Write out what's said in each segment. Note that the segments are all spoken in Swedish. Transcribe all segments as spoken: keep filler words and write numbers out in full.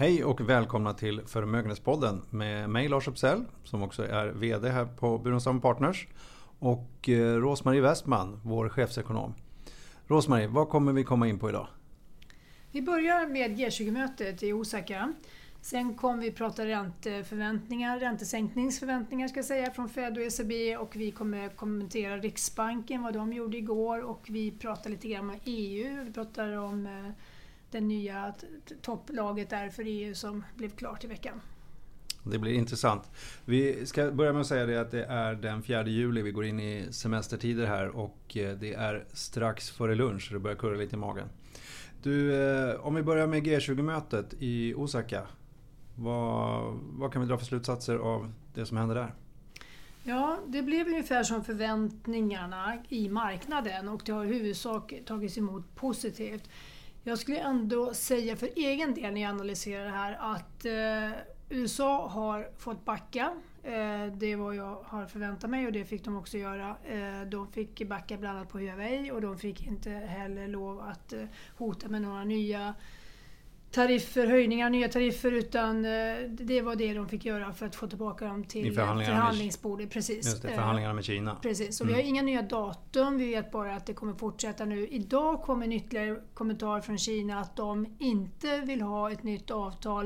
Hej och välkomna till Förmögenhetspodden med mig Lars Uppsell som också är vd här på Burenstam Partners och Rosmarie Westman, vår chefsekonom. Rosmarie, vad kommer vi komma in på idag? Vi börjar med G tjugo-mötet i Osaka. Sen kommer vi prata ränteförväntningar, räntesänkningsförväntningar ska jag säga från Fed och E C B, och vi kommer kommentera Riksbanken, vad de gjorde igår, och vi pratar lite grann om E U. Vi pratar om den nya topplaget där för E U som blev klart i veckan. Det blir intressant. Vi ska börja med att säga det att det är den fjärde juli, vi går in i semestertider här och det är strax före lunch så det börjar kurra lite i magen. Du, om vi börjar med G tjugo-mötet i Osaka, vad, vad kan vi dra för slutsatser av det som hände där? Ja, det blev ungefär som förväntningarna i marknaden och det har i huvudsak tagits emot positivt. Jag skulle ändå säga för egen del när jag analyserar det här att eh, U S A har fått backa. Eh, det är vad jag har förväntat mig och det fick de också göra. Eh, de fick backa bland annat på Huawei och de fick inte heller lov att eh, hota med några nya tariffer, höjningar, nya tariffer, utan eh, det var det de fick göra för att få tillbaka dem till förhandlingsbordet. Precis. Just det, förhandlingarna med Kina. Precis, och mm. vi har inga nya datum, vi vet bara att det kommer fortsätta nu. Idag kommer en ytterligare kommentar från Kina att de inte vill ha ett nytt avtal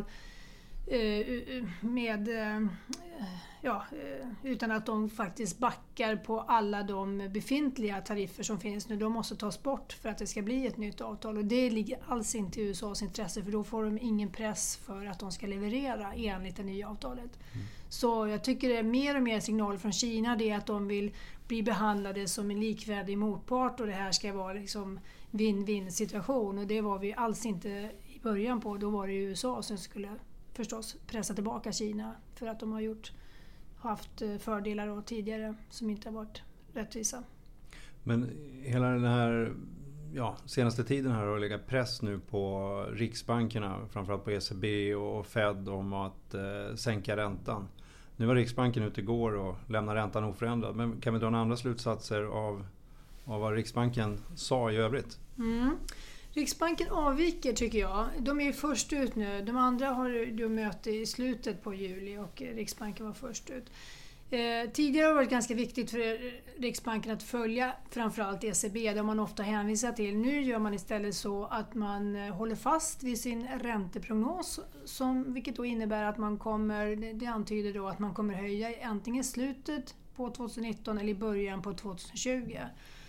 eh, med, eh, ja, utan att de faktiskt backar på alla de befintliga tariffer som finns nu. De måste tas bort för att det ska bli ett nytt avtal och det ligger alls inte i U S A:s intresse för då får de ingen press för att de ska leverera enligt det nya avtalet. Mm. Så jag tycker det är mer och mer signaler från Kina det är att de vill bli behandlade som en likvärdig motpart och det här ska vara liksom win-win situation och det var vi alls inte i början på. Då var det U S A som skulle förstås pressa tillbaka Kina för att de har gjort haft fördelar då tidigare som inte har varit rättvisa. Men hela den här ja, senaste tiden här har legat press nu på riksbankerna, framförallt på E C B och Fed om att eh, sänka räntan. Nu var Riksbanken ute igår och lämnade räntan oförändrad. Men kan vi dra några andra slutsatser av, av vad Riksbanken sa i övrigt? Mm. Riksbanken avviker tycker jag. De är ju först ut nu. De andra har ju möte i slutet på juli och Riksbanken var först ut. Eh, tidigare har det varit ganska viktigt för Riksbanken att följa framförallt E C B, där man ofta hänvisar till. Nu gör man istället så att man håller fast vid sin ränteprognos, som, vilket då innebär att man kommer, det antyder då att man kommer höja antingen slutet på tjugonitton eller i början på tjugotjugo.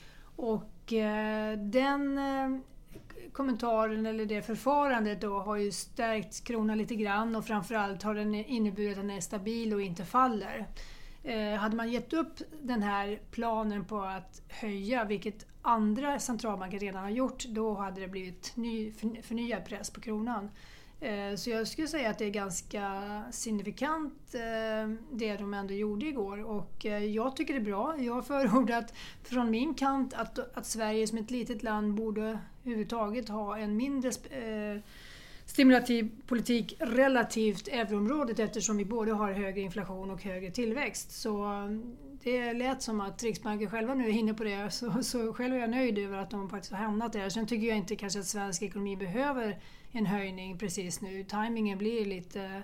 Och eh, den... Eh, kommentaren eller det förfarandet då har ju stärkt kronan lite grann och framförallt har den inneburit att den är stabil och inte faller. Eh, hade man gett upp den här planen på att höja, vilket andra centralbanker redan har gjort, då hade det blivit ny, förnyad press på kronan. Eh, så jag skulle säga att det är ganska signifikant eh, det de ändå gjorde igår och eh, jag tycker det är bra. Jag har förordat från min kant att, att Sverige som ett litet land borde överhuvudtaget ha en mindre eh, stimulativ politik relativt euroområdet eftersom vi både har högre inflation och högre tillväxt. Så det lät som att Riksbanken själva nu är inne på det så, så själv är jag nöjd över att de faktiskt har hamnat där. Sen tycker jag inte kanske att svensk ekonomi behöver en höjning precis nu. Timingen blir lite...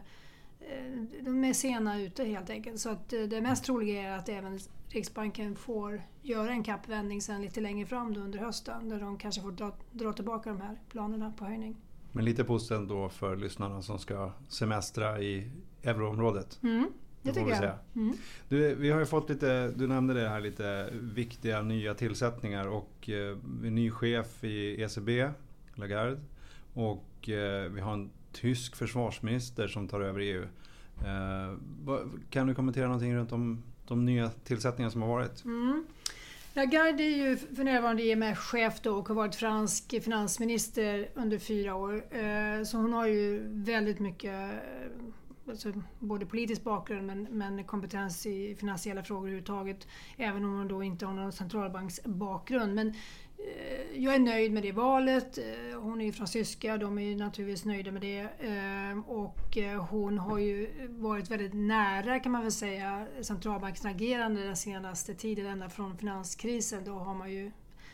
De är sena ute helt enkelt. Så att det mest troliga är att även Riksbanken får göra en kappvändning sen lite längre fram då under hösten. Där de kanske får dra, dra tillbaka de här planerna på höjning. Men lite positivt då för lyssnarna som ska semestra i euroområdet. Mm, det tycker jag. Mm. Du, vi har ju fått lite, du nämnde det här, lite viktiga nya tillsättningar och eh, ny chef i E C B, Lagarde. Och eh, vi har en tysk försvarsminister som tar över E U. Eh, kan du kommentera någonting runt om de nya tillsättningar som har varit? Mm. Lagarde är ju för närvarande E M F-chef då och har varit fransk finansminister under fyra år. Eh, så hon har ju väldigt mycket alltså både politisk bakgrund men, men kompetens i finansiella frågor överhuvudtaget. Även om hon då inte har någon centralbanksbakgrund. Men jag är nöjd med det valet. Hon är ju från Tyska, de är ju naturligtvis nöjda med det. Och hon har ju varit väldigt nära kan man väl säga centralbankens agerande den senaste tiden, ända från finanskrisen. Då har man ju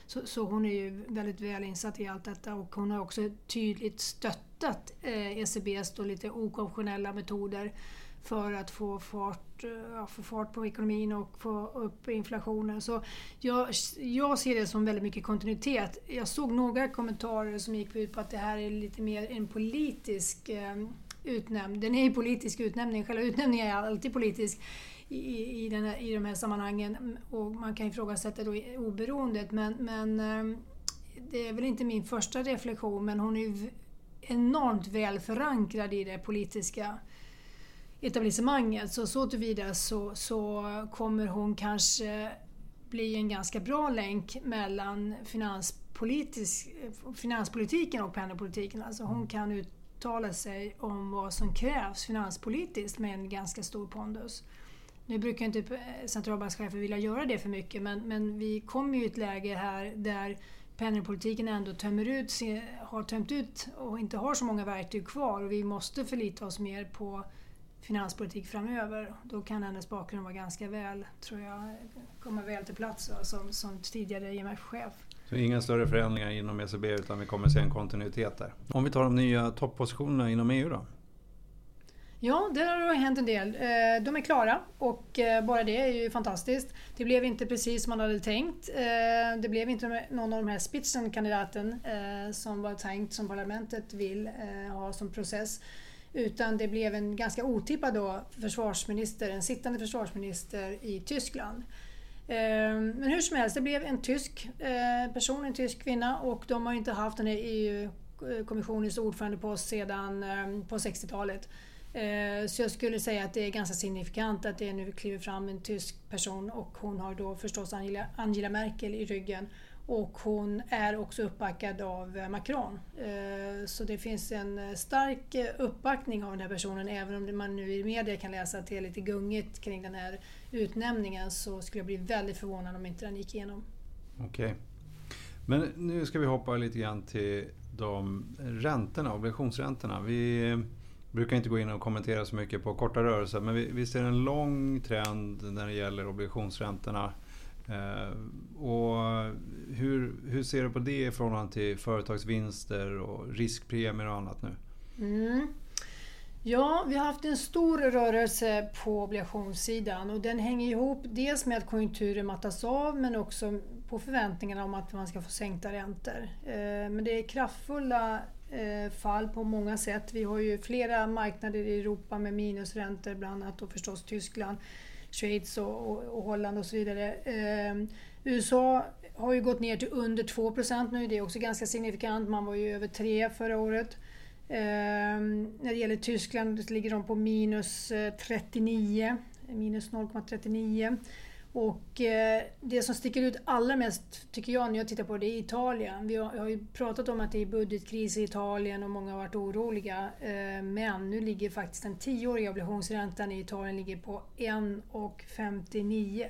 Så, så hon är ju väldigt väl insatt i allt detta och hon har också tydligt stöttat eh, E C B:s då lite okonventionella metoder för att få fart, ja, få fart på ekonomin och få upp inflationen. Så jag, jag ser det som väldigt mycket kontinuitet. Jag såg några kommentarer som gick ut på att det här är lite mer en politisk eh, utnämning. Den är ju politisk utnämning, själva utnämningen är alltid politisk i, i, den här, i de här sammanhangen. Och man kan ifrågasätta då oberoendet, men, men eh, det är väl inte min första reflektion, men hon är ju enormt väl förankrad i det politiska etablissemanget, så så tillvida så, så kommer hon kanske bli en ganska bra länk mellan finanspolitisk, finanspolitiken och penningpolitiken. Alltså hon kan uttala sig om vad som krävs finanspolitiskt med en ganska stor pondus. Nu brukar inte centralbankschefer vilja göra det för mycket, men, men vi kommer ju i ett läge här där penningpolitiken ändå tömmer ut, har tömt ut och inte har så många verktyg kvar, och vi måste förlita oss mer på finanspolitik framöver. Då kan hennes bakgrund vara ganska väl, tror jag, komma väl till plats som, som tidigare I M F-chef. Så inga större förändringar inom E C B, utan vi kommer se en kontinuitet där. Om vi tar de nya toppositionerna inom E U då? Ja, det har hänt en del. De är klara och bara det är ju fantastiskt. Det blev inte precis som man hade tänkt. Det blev inte någon av de här Spitzenkandidaten som var tänkt som parlamentet vill ha som process. Utan det blev en ganska otippad då försvarsminister, en sittande försvarsminister i Tyskland. Men hur som helst, det blev en tysk person, en tysk kvinna, och de har inte haft den här E U-kommissionens ordförandepost sedan på sextiotalet. Så jag skulle säga att det är ganska signifikant att det nu kliver fram en tysk person, och hon har då förstås Angela, Angela Merkel i ryggen. Och hon är också uppbackad av Macron. Så det finns en stark uppbackning av den här personen. Även om man nu i media kan läsa att det är lite gungigt kring den här utnämningen, så skulle jag bli väldigt förvånad om inte den gick igenom. Okej. Men nu ska vi hoppa lite grann till de räntorna, obligationsräntorna. Vi brukar inte gå in och kommentera så mycket på korta rörelser, men vi, vi ser en lång trend när det gäller obligationsräntorna. Uh, och hur, hur ser du på det i förhållande till företagsvinster och riskpremier och annat nu? Mm. Ja, vi har haft en stor rörelse på obligationssidan, och den hänger ihop dels med att konjunkturen mattas av, men också på förväntningarna om att man ska få sänkta räntor. Uh, men det är kraftfulla uh, fall på många sätt. Vi har ju flera marknader i Europa med minusräntor, bland annat och förstås Tyskland, Schweiz och, och, och Holland och så vidare. Eh, U S A har ju gått ner till under två procent nu. Det är också ganska signifikant. Man var ju över tre procent förra året. Eh, när det gäller Tyskland ligger de på minus trettionio. Minus noll komma trettionio. Och eh, det som sticker ut allra mest, tycker jag, när jag tittar på det, är Italien. Vi har, har ju pratat om att det är budgetkris i Italien och många har varit oroliga. Eh, men nu ligger faktiskt den tioåriga obligationsräntan i Italien ligger på en komma femtionio.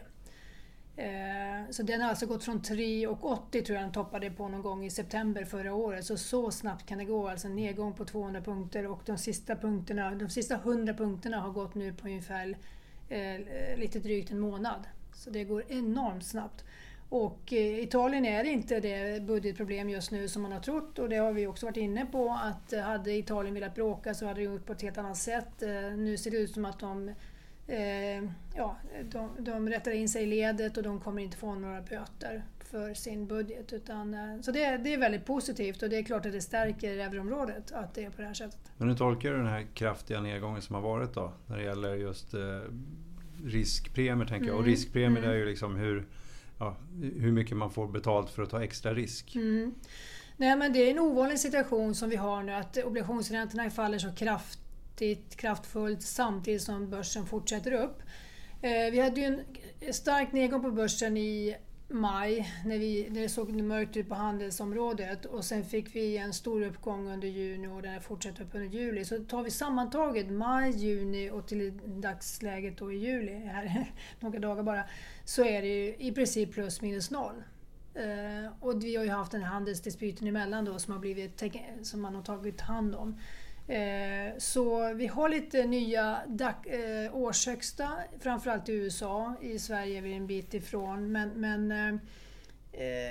Eh, så den har alltså gått från tre komma åttio, tror jag den toppade på någon gång i september förra året. Så så snabbt kan det gå, alltså en nedgång på tvåhundra punkter, och de sista punkterna, de sista hundra punkterna har gått nu på ungefär eh, lite drygt en månad. Så det går enormt snabbt. Och eh, Italien är inte det budgetproblem just nu som man har trott, och det har vi också varit inne på, att eh, hade Italien velat bråka så hade det gjort på ett helt annat sätt. Eh, nu ser det ut som att de, eh, ja, de, de rättar in sig i ledet, och de kommer inte få några böter för sin budget. Utan, eh, så det, det är väldigt positivt, och det är klart att det stärker euroområdet att det är på det här sättet. Men hur tolkar du den här kraftiga nedgången som har varit då, när det gäller just eh, riskpremier, tänker jag. Och riskpremier mm. är ju liksom hur, ja, hur mycket man får betalt för att ta extra risk. Mm. Nej, men det är en ovanlig situation som vi har nu, att obligationsräntorna faller så kraftigt, kraftfullt samtidigt som börsen fortsätter upp. Eh, vi hade ju en stark nedgång på börsen i maj när, vi, när det såg mörkt ut på handelsområdet, och sen fick vi en stor uppgång under juni och den fortsätter upp under juli. Så tar vi sammantaget maj, juni och till dagsläget då i juli, här några dagar bara, så är det ju i princip plus minus noll. Uh, och vi har ju haft den här handelsdispyten emellan då som, har blivit, som man har tagit hand om. Uh, så vi har lite nya uh, årshögsta, framförallt i U S A. I Sverige är vi en bit ifrån. Men, men uh,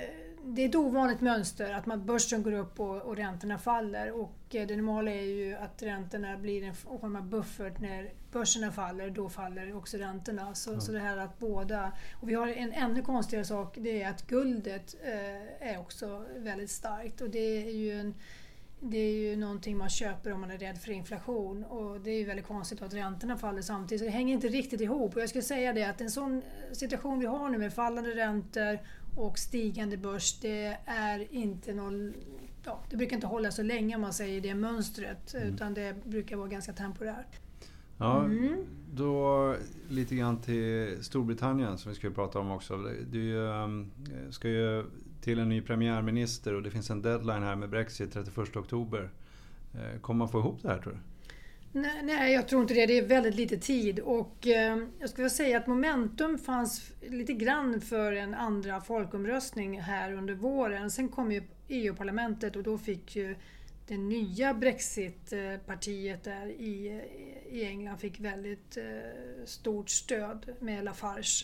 det är ett ovanligt mönster att man, börsen går upp och, och räntorna faller. Och det normala är ju att räntorna blir en form av buffert. När börserna faller, då faller också räntorna. Så, mm. så det här att båda... Och vi har en ännu konstigare sak, det är att guldet eh, är också väldigt starkt. Och det är ju en... Det är ju någonting man köper om man är rädd för inflation, och det är ju väldigt konstigt att räntorna faller samtidigt, så det hänger inte riktigt ihop. Och jag skulle säga det att en sån situation vi har nu med fallande räntor och stigande börs, det är inte någon, ja, det brukar inte hålla så länge om man säger det mönstret, mm. utan det brukar vara ganska temporärt. Ja, mm. Då lite grann till Storbritannien som vi ska prata om också. Du um, ska ju till en ny premiärminister och det finns en deadline här med Brexit trettioförsta oktober. Kommer man få ihop det här, tror du? Nej, nej, jag tror inte det. Det är väldigt lite tid. Och eh, jag skulle säga att momentum fanns lite grann för en andra folkomröstning här under våren. Sen kom ju E U-parlamentet och då fick ju det nya Brexit-partiet där i, i England fick väldigt eh, stort stöd med Lafarge.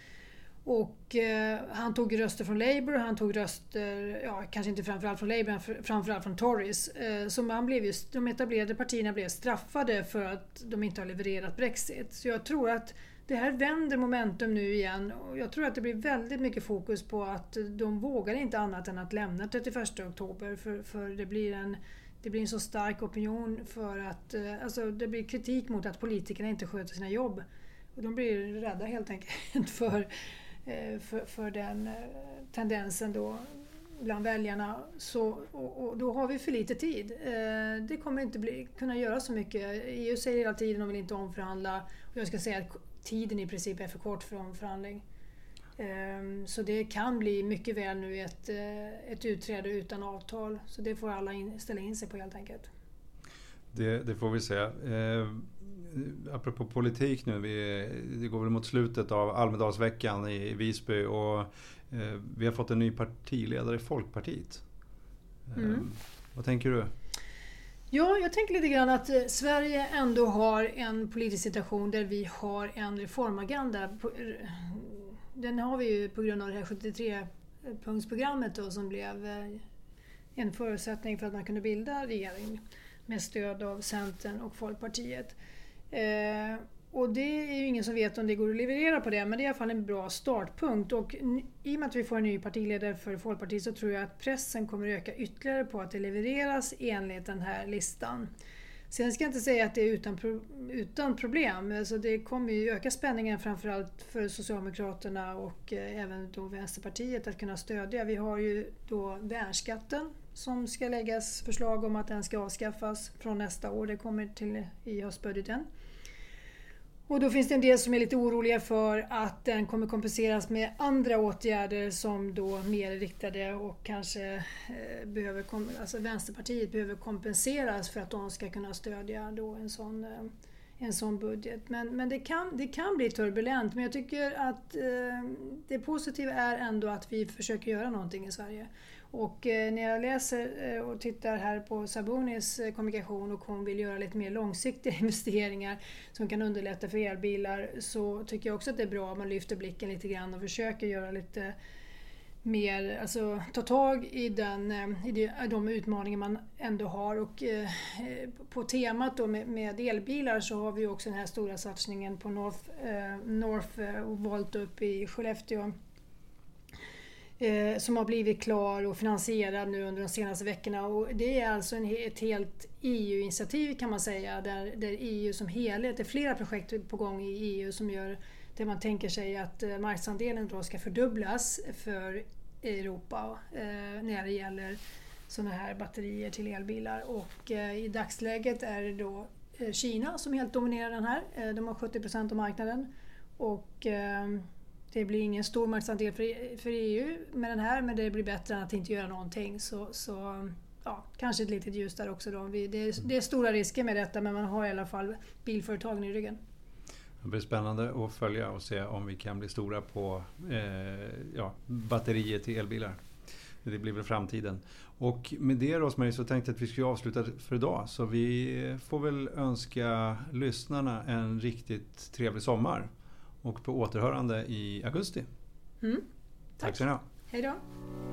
Och eh, han tog röster från Labour, han tog röster, ja kanske inte framförallt från Labour, men framförallt från Tories. Eh, så man blev ju, de etablerade partierna blev straffade för att de inte har levererat Brexit. Så jag tror att det här vänder momentum nu igen, och jag tror att det blir väldigt mycket fokus på att de vågar inte annat än att lämna trettioförsta oktober, för, för det blir en det blir en så stark opinion för att, eh, alltså det blir kritik mot att politikerna inte sköter sina jobb. Och de blir rädda helt enkelt för För, för den tendensen då bland väljarna. Så, och, och då har vi för lite tid. Eh, det kommer inte bli, kunna göra så mycket. E U säger hela tiden att de vill inte omförhandla. Och jag ska säga att tiden i princip är för kort för omförhandling. Eh, så det kan bli mycket väl nu ett, ett utträde utan avtal. Så det får alla in, ställa in sig på helt enkelt. Det, det får vi se. Eh, apropå politik nu, vi, det går väl mot slutet av Almedalsveckan i Visby och eh, vi har fått en ny partiledare i Folkpartiet. Eh, mm. Vad tänker du? Ja, jag tänker lite grann att Sverige ändå har en politisk situation där vi har en reformagenda. Den har vi ju på grund av det här sjuttiotre-punktsprogrammet då, som blev en förutsättning för att man kunde bilda regering med stöd av Centern och Folkpartiet. Eh, och det är ju ingen som vet om det går att leverera på det, men det är i alla fall en bra startpunkt. Och i och med att vi får en ny partiledare för Folkpartiet så tror jag att pressen kommer öka ytterligare på att det levereras enligt den här listan. Sen ska jag inte säga att det är utan, pro- utan problem. Alltså det kommer ju öka spänningen framförallt för Socialdemokraterna och eh, även då Vänsterpartiet att kunna stödja. Vi har ju då värnskatten som ska läggas förslag om att den ska avskaffas från nästa år. Det kommer till i höstbudgeten. Och då finns det en del som är lite oroliga för att den kommer kompenseras med andra åtgärder som då mer är riktade och kanske eh, behöver, alltså Vänsterpartiet behöver kompenseras för att de ska kunna stödja då en sån, eh, en sån budget. Men, men det, kan, det kan bli turbulent, men jag tycker att eh, det positiva är ändå att vi försöker göra någonting i Sverige. Och eh, när jag läser eh, och tittar här på Sabunis eh, kommunikation och hon vill göra lite mer långsiktiga investeringar som kan underlätta för elbilar, så tycker jag också att det är bra om man lyfter blicken lite grann och försöker göra lite mer, alltså ta tag i, den, eh, i de utmaningar man ändå har. Och eh, på temat då med, med elbilar så har vi också den här stora satsningen på North, eh, North eh, Volt upp i Skellefteå, som har blivit klar och finansierad nu under de senaste veckorna. Och det är alltså en, ett helt E U-initiativ kan man säga, där, där E U som helhet, det är flera projekt på gång i E U som gör det man tänker sig att marknadsandelen då ska fördubblas för Europa eh, när det gäller sådana här batterier till elbilar. Och eh, i dagsläget är det då eh, Kina som helt dominerar den här. Eh, de har sjuttio procent av marknaden och eh, det blir ingen stor marknadsandel för, för E U med den här, men det blir bättre än att inte göra någonting. Så, så ja, kanske ett litet ljus där också. Då. Vi, det, är, det är stora risker med detta, men man har i alla fall bilföretagen i ryggen. Det blir spännande att följa och se om vi kan bli stora på eh, ja, batterier till elbilar. Det blir väl framtiden. Och med det, Rosmarie, så tänkte jag att vi skulle avsluta för idag. Så vi får väl önska lyssnarna en riktigt trevlig sommar. Och på återhörande i augusti. Mm. Tack så mycket. Hej då.